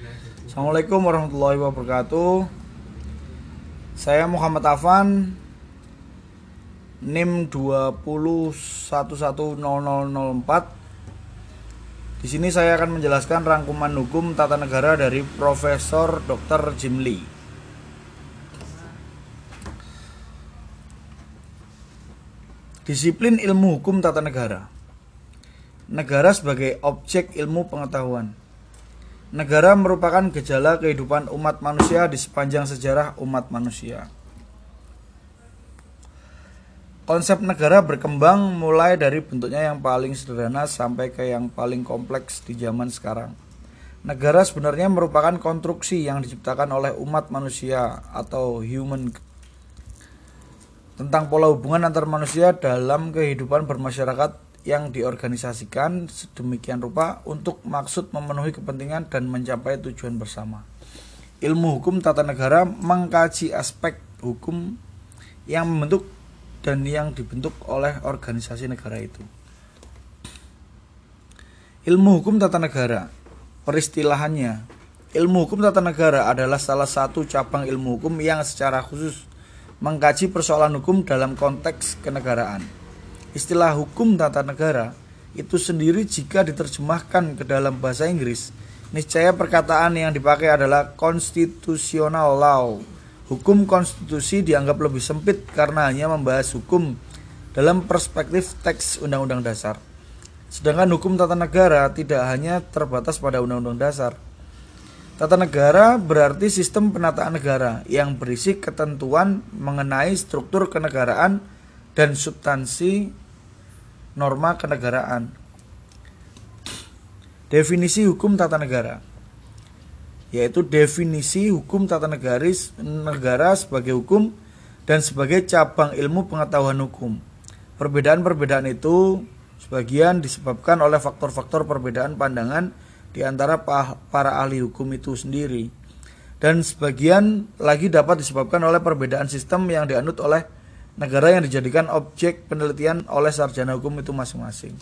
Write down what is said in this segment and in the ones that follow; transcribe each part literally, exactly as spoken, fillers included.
Assalamualaikum warahmatullahi wabarakatuh. Saya Muhammad Afan, NIM dua nol satu satu nol nol nol empat. Di sini saya akan menjelaskan rangkuman hukum tata negara dari Profesor doktor Jim Lee. Disiplin ilmu hukum tata negara. Negara sebagai objek ilmu pengetahuan. Negara merupakan gejala kehidupan umat manusia di sepanjang sejarah umat manusia. Konsep negara berkembang mulai dari bentuknya yang paling sederhana sampai ke yang paling kompleks di zaman sekarang. Negara sebenarnya merupakan konstruksi yang diciptakan oleh umat manusia atau human tentang pola hubungan antar manusia dalam kehidupan bermasyarakat yang diorganisasikan sedemikian rupa untuk maksud memenuhi kepentingan dan mencapai tujuan bersama. Ilmu hukum tata negara mengkaji aspek hukum yang membentuk dan yang dibentuk oleh organisasi negara itu. Ilmu hukum tata negara, peristilahannya, ilmu hukum tata negara adalah salah satu cabang ilmu hukum yang secara khusus mengkaji persoalan hukum dalam konteks kenegaraan. Istilah hukum tata negara itu sendiri jika diterjemahkan ke dalam bahasa Inggris, niscaya perkataan yang dipakai adalah constitutional law. Hukum konstitusi dianggap lebih sempit karena hanya membahas hukum dalam perspektif teks Undang-Undang Dasar. Sedangkan hukum tata negara tidak hanya terbatas pada Undang-Undang Dasar. Tata negara berarti sistem penataan negara yang berisi ketentuan mengenai struktur kenegaraan dan substansi norma kenegaraan. Definisi hukum tata negara, yaitu definisi hukum tata negaris, negara sebagai hukum dan sebagai cabang ilmu pengetahuan hukum. Perbedaan-perbedaan itu sebagian disebabkan oleh faktor-faktor perbedaan pandangan di antara para ahli hukum itu sendiri, dan sebagian lagi dapat disebabkan oleh perbedaan sistem yang dianut oleh negara yang dijadikan objek penelitian oleh sarjana hukum itu masing-masing.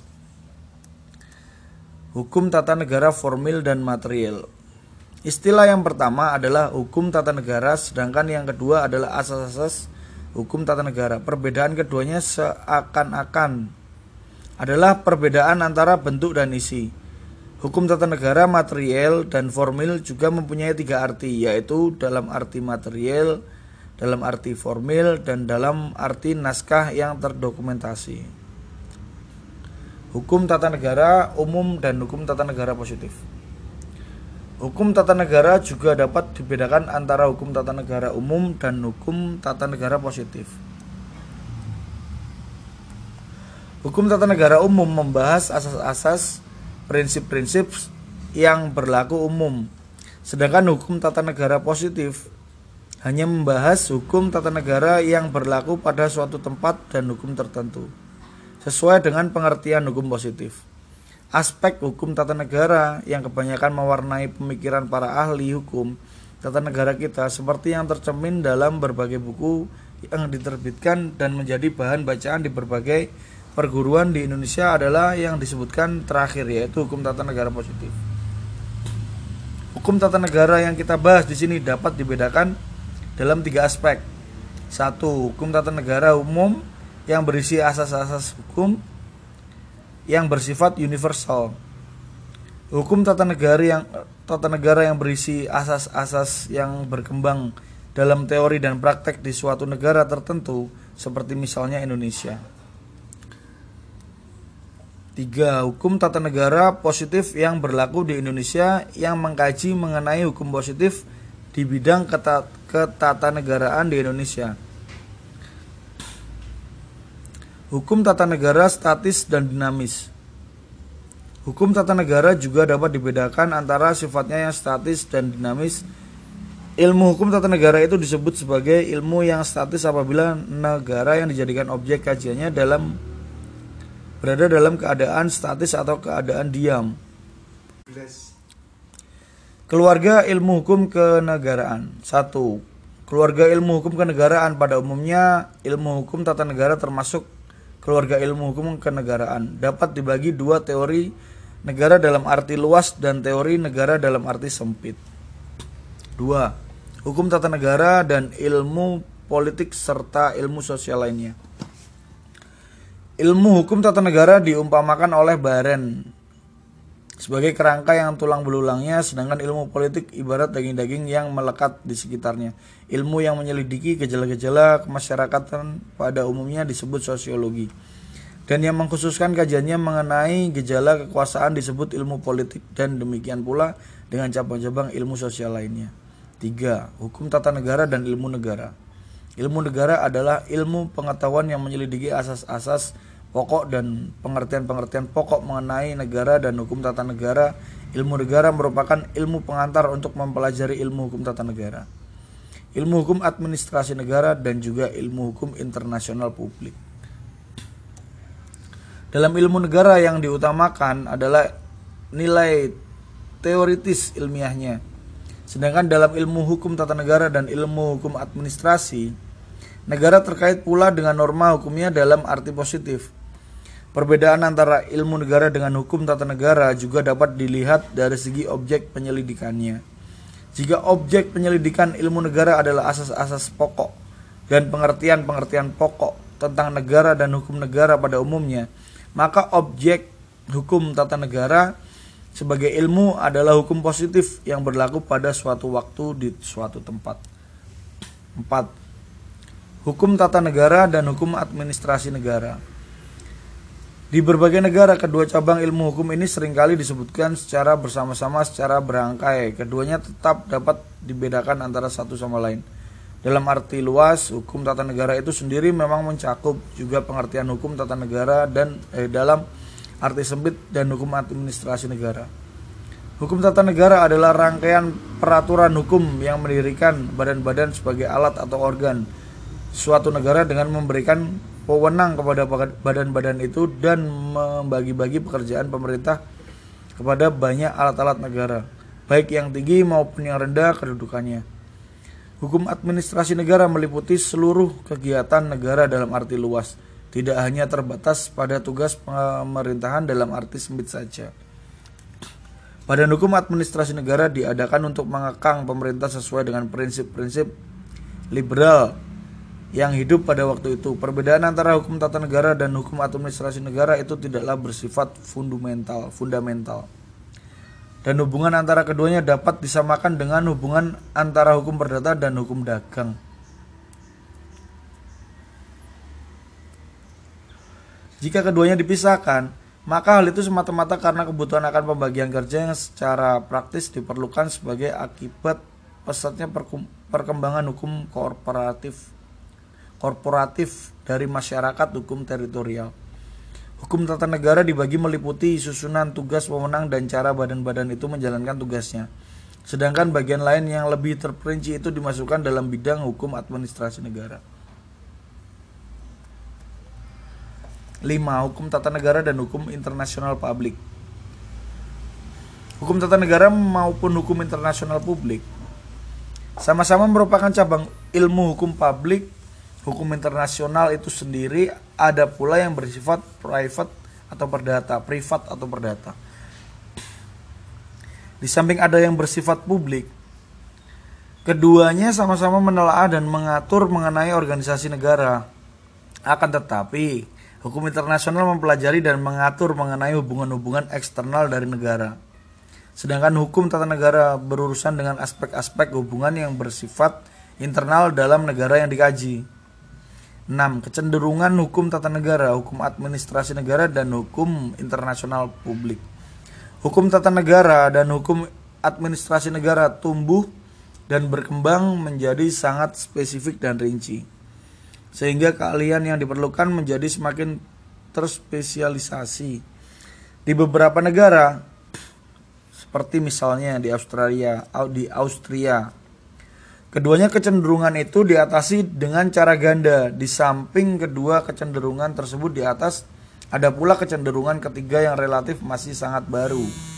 Hukum tata negara formil dan material. Istilah yang pertama adalah hukum tata negara, sedangkan yang kedua adalah asas-asas hukum tata negara. Perbedaan keduanya seakan-akan adalah perbedaan antara bentuk dan isi. Hukum tata negara material dan formil juga mempunyai tiga arti, yaitu dalam arti material, dalam arti formil, dan dalam arti naskah yang terdokumentasi. Hukum tata negara umum dan hukum tata negara positif. Hukum tata negara juga dapat dibedakan antara hukum tata negara umum dan hukum tata negara positif. Hukum tata negara umum membahas asas-asas prinsip-prinsip yang berlaku umum, sedangkan hukum tata negara positif hanya membahas hukum tata negara yang berlaku pada suatu tempat dan hukum tertentu, sesuai dengan pengertian hukum positif. Aspek hukum tata negara yang kebanyakan mewarnai pemikiran para ahli hukum tata negara kita, seperti yang tercermin dalam berbagai buku yang diterbitkan dan menjadi bahan bacaan di berbagai perguruan di Indonesia, adalah yang disebutkan terakhir, yaitu hukum tata negara positif. Hukum tata negara yang kita bahas di sini dapat dibedakan dalam tiga aspek. Satu, hukum tata negara umum yang berisi asas-asas hukum yang bersifat universal. Hukum tata negara yang tata negara yang berisi asas-asas yang berkembang dalam teori dan praktek di suatu negara tertentu, seperti misalnya Indonesia. Tiga, hukum tata negara positif yang berlaku di Indonesia yang mengkaji mengenai hukum positif di bidang ketatanegaraan di Indonesia. Hukum tata negara statis dan dinamis. Hukum tata negara juga dapat dibedakan antara sifatnya yang statis dan dinamis. Ilmu hukum tata negara itu disebut sebagai ilmu yang statis apabila negara yang dijadikan objek kajiannya dalam berada dalam keadaan statis atau keadaan diam. Keluarga ilmu hukum kenegaraan. Satu. Keluarga ilmu hukum kenegaraan pada umumnya ilmu hukum tata negara termasuk keluarga ilmu hukum kenegaraan. Dapat dibagi dua, teori negara dalam arti luas dan teori negara dalam arti sempit. Dua, hukum tata negara dan ilmu politik serta ilmu sosial lainnya. Ilmu hukum tata negara diumpamakan oleh Baren sebagai kerangka yang tulang belulangnya, sedangkan ilmu politik ibarat daging-daging yang melekat di sekitarnya. Ilmu yang menyelidiki gejala-gejala kemasyarakatan pada umumnya disebut sosiologi, dan yang mengkhususkan kajiannya mengenai gejala kekuasaan disebut ilmu politik, dan demikian pula dengan cabang-cabang ilmu sosial lainnya. Tiga, hukum tata negara dan ilmu negara. Ilmu negara adalah ilmu pengetahuan yang menyelidiki asas-asas pokok dan pengertian-pengertian pokok mengenai negara dan hukum tata negara. Ilmu negara merupakan ilmu pengantar untuk mempelajari ilmu hukum tata negara, ilmu hukum administrasi negara, dan juga ilmu hukum internasional publik. Dalam ilmu negara yang diutamakan adalah nilai teoritis ilmiahnya, sedangkan dalam ilmu hukum tata negara dan ilmu hukum administrasi negara terkait pula dengan norma hukumnya dalam arti positif. Perbedaan antara ilmu negara dengan hukum tata negara juga dapat dilihat dari segi objek penyelidikannya. Jika objek penyelidikan ilmu negara adalah asas-asas pokok dan pengertian-pengertian pokok tentang negara dan hukum negara pada umumnya, maka objek hukum tata negara sebagai ilmu adalah hukum positif yang berlaku pada suatu waktu di suatu tempat. Empat, hukum tata negara dan hukum administrasi negara. Di berbagai negara, kedua cabang ilmu hukum ini seringkali disebutkan secara bersama-sama secara berangkai. Keduanya tetap dapat dibedakan antara satu sama lain. Dalam arti luas, hukum tata negara itu sendiri memang mencakup juga pengertian hukum tata negara, dan eh, dalam arti sempit dan hukum administrasi negara. Hukum tata negara adalah rangkaian peraturan hukum yang mendirikan badan-badan sebagai alat atau organ suatu negara dengan memberikan wewenang kepada badan-badan itu dan membagi-bagi pekerjaan pemerintah kepada banyak alat-alat negara, baik yang tinggi maupun yang rendah kedudukannya. Hukum administrasi negara meliputi seluruh kegiatan negara dalam arti luas, tidak hanya terbatas pada tugas pemerintahan dalam arti sempit saja. Badan hukum administrasi negara diadakan untuk mengekang pemerintah sesuai dengan prinsip-prinsip liberal yang hidup pada waktu itu. Perbedaan antara hukum tata negara dan hukum administrasi negara itu tidaklah bersifat fundamental, fundamental. Dan hubungan antara keduanya dapat disamakan dengan hubungan antara hukum perdata dan hukum dagang. Jika keduanya dipisahkan, maka hal itu semata-mata karena kebutuhan akan pembagian kerja yang secara praktis diperlukan sebagai akibat pesatnya perkembangan hukum korporatif korporatif dari masyarakat hukum teritorial. Hukum tata negara dibagi meliputi susunan tugas, wewenang, dan cara badan-badan itu menjalankan tugasnya. Sedangkan bagian lain yang lebih terperinci itu dimasukkan dalam bidang hukum administrasi negara. Lima, hukum tata negara dan hukum internasional publik. Hukum tata negara maupun hukum internasional publik sama-sama merupakan cabang ilmu hukum publik. Hukum internasional itu sendiri ada pula yang bersifat private atau perdata, privat atau perdata. Di samping ada yang bersifat publik, keduanya sama-sama menelaah dan mengatur mengenai organisasi negara. Akan tetapi, hukum internasional mempelajari dan mengatur mengenai hubungan-hubungan eksternal dari negara. Sedangkan hukum tata negara berurusan dengan aspek-aspek hubungan yang bersifat internal dalam negara yang dikaji. Enam, kecenderungan hukum tata negara, hukum administrasi negara, dan hukum internasional publik. Hukum tata negara dan hukum administrasi negara tumbuh dan berkembang menjadi sangat spesifik dan rinci, sehingga keahlian yang diperlukan menjadi semakin terspesialisasi. Di beberapa negara, seperti misalnya di Australia, di Austria, keduanya kecenderungan itu diatasi dengan cara ganda. Di samping kedua kecenderungan tersebut di atas, ada pula kecenderungan ketiga yang relatif masih sangat baru,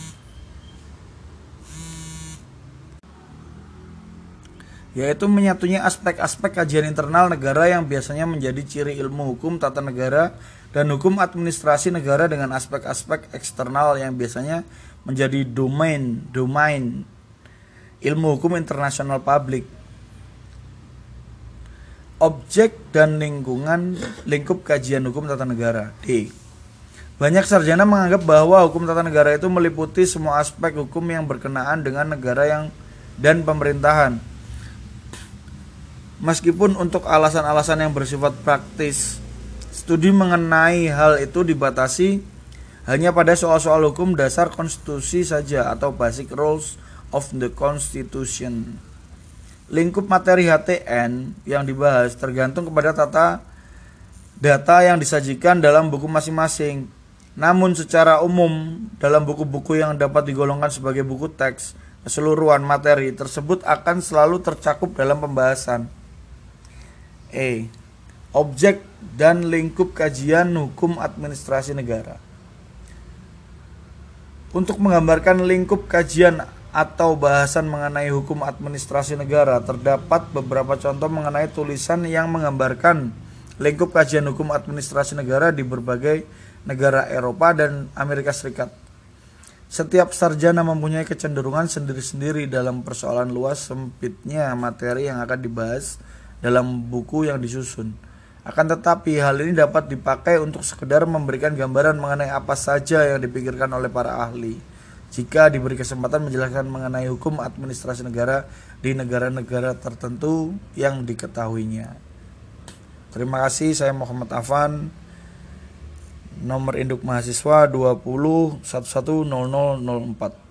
yaitu menyatunya aspek-aspek kajian internal negara yang biasanya menjadi ciri ilmu hukum tata negara dan hukum administrasi negara dengan aspek-aspek eksternal yang biasanya menjadi domain domain Ilmu Hukum Internasional Publik. Objek dan lingkungan lingkup kajian hukum tata negara. D. Banyak sarjana menganggap bahwa hukum tata negara itu meliputi semua aspek hukum yang berkenaan dengan negara yang dan pemerintahan. Meskipun untuk alasan-alasan yang bersifat praktis, studi mengenai hal itu dibatasi hanya pada soal-soal hukum dasar konstitusi saja atau basic rules of the constitution. Lingkup materi H T N yang dibahas tergantung kepada tata data yang disajikan dalam buku masing-masing. Namun secara umum, dalam buku-buku yang dapat digolongkan sebagai buku teks, keseluruhan materi tersebut akan selalu tercakup dalam pembahasan. E. Objek dan lingkup kajian hukum administrasi negara. Untuk menggambarkan lingkup kajian atau bahasan mengenai hukum administrasi negara, terdapat beberapa contoh mengenai tulisan yang menggambarkan lingkup kajian hukum administrasi negara di berbagai negara Eropa dan Amerika Serikat. Setiap sarjana mempunyai kecenderungan sendiri-sendiri dalam persoalan luas sempitnya materi yang akan dibahas dalam buku yang disusun. Akan tetapi hal ini dapat dipakai untuk sekedar memberikan gambaran mengenai apa saja yang dipikirkan oleh para ahli jika diberi kesempatan menjelaskan mengenai hukum administrasi negara di negara-negara tertentu yang diketahuinya. Terima kasih, saya Muhammad Afan. Nomor induk mahasiswa dua nol satu satu nol nol nol empat.